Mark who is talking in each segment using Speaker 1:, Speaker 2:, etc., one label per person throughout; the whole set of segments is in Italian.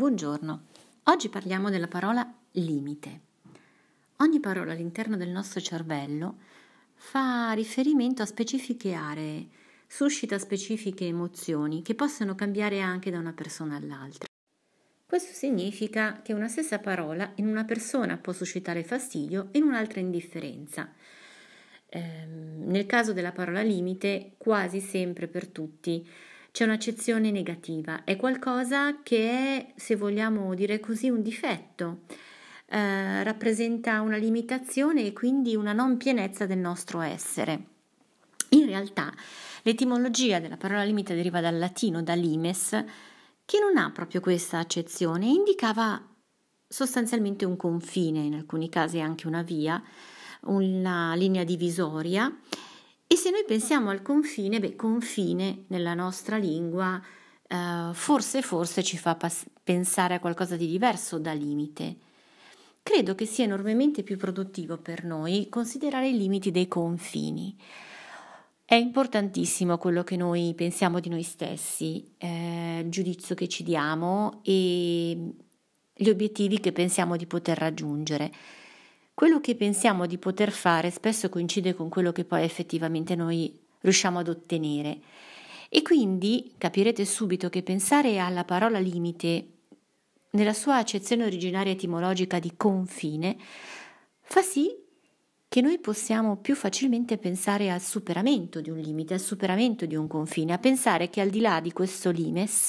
Speaker 1: buongiorno. Oggi parliamo della parola limite. Ogni parola all'interno del nostro cervello fa riferimento a specifiche aree, suscita specifiche emozioni che possono cambiare anche da una persona all'altra. Questo significa che una stessa parola in una persona può suscitare fastidio e in un'altra indifferenza. Nel caso della parola limite, quasi sempre per tutti c'è un'accezione negativa, è qualcosa che è, se vogliamo dire così, un difetto, rappresenta una limitazione e quindi una non pienezza del nostro essere. In realtà l'etimologia della parola limite deriva dal latino, da limes, che non ha proprio questa accezione, indicava sostanzialmente un confine, in alcuni casi anche una via, una linea divisoria. E se noi pensiamo al confine, confine nella nostra lingua forse ci fa pensare a qualcosa di diverso da limite. Credo che sia enormemente più produttivo per noi considerare i limiti dei confini. È importantissimo quello che noi pensiamo di noi stessi, il giudizio che ci diamo e gli obiettivi che pensiamo di poter raggiungere. Quello che pensiamo di poter fare spesso coincide con quello che poi effettivamente noi riusciamo ad ottenere. E quindi capirete subito che pensare alla parola limite nella sua accezione originaria etimologica di confine fa sì che noi possiamo più facilmente pensare al superamento di un limite, al superamento di un confine, a pensare che al di là di questo limes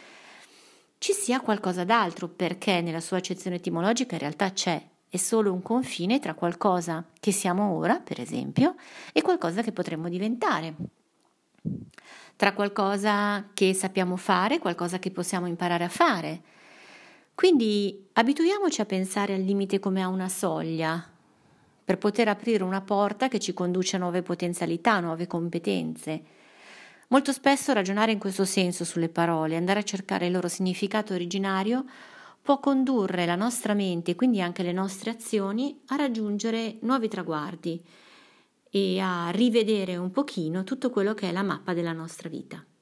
Speaker 1: ci sia qualcosa d'altro, perché nella sua accezione etimologica in realtà è solo un confine tra qualcosa che siamo ora, per esempio, e qualcosa che potremmo diventare, tra qualcosa che sappiamo fare, qualcosa che possiamo imparare a fare. Quindi abituiamoci a pensare al limite come a una soglia, per poter aprire una porta che ci conduce a nuove potenzialità, nuove competenze. Molto spesso ragionare in questo senso sulle parole, andare a cercare il loro significato originario, può condurre la nostra mente e quindi anche le nostre azioni a raggiungere nuovi traguardi e a rivedere un pochino tutto quello che è la mappa della nostra vita.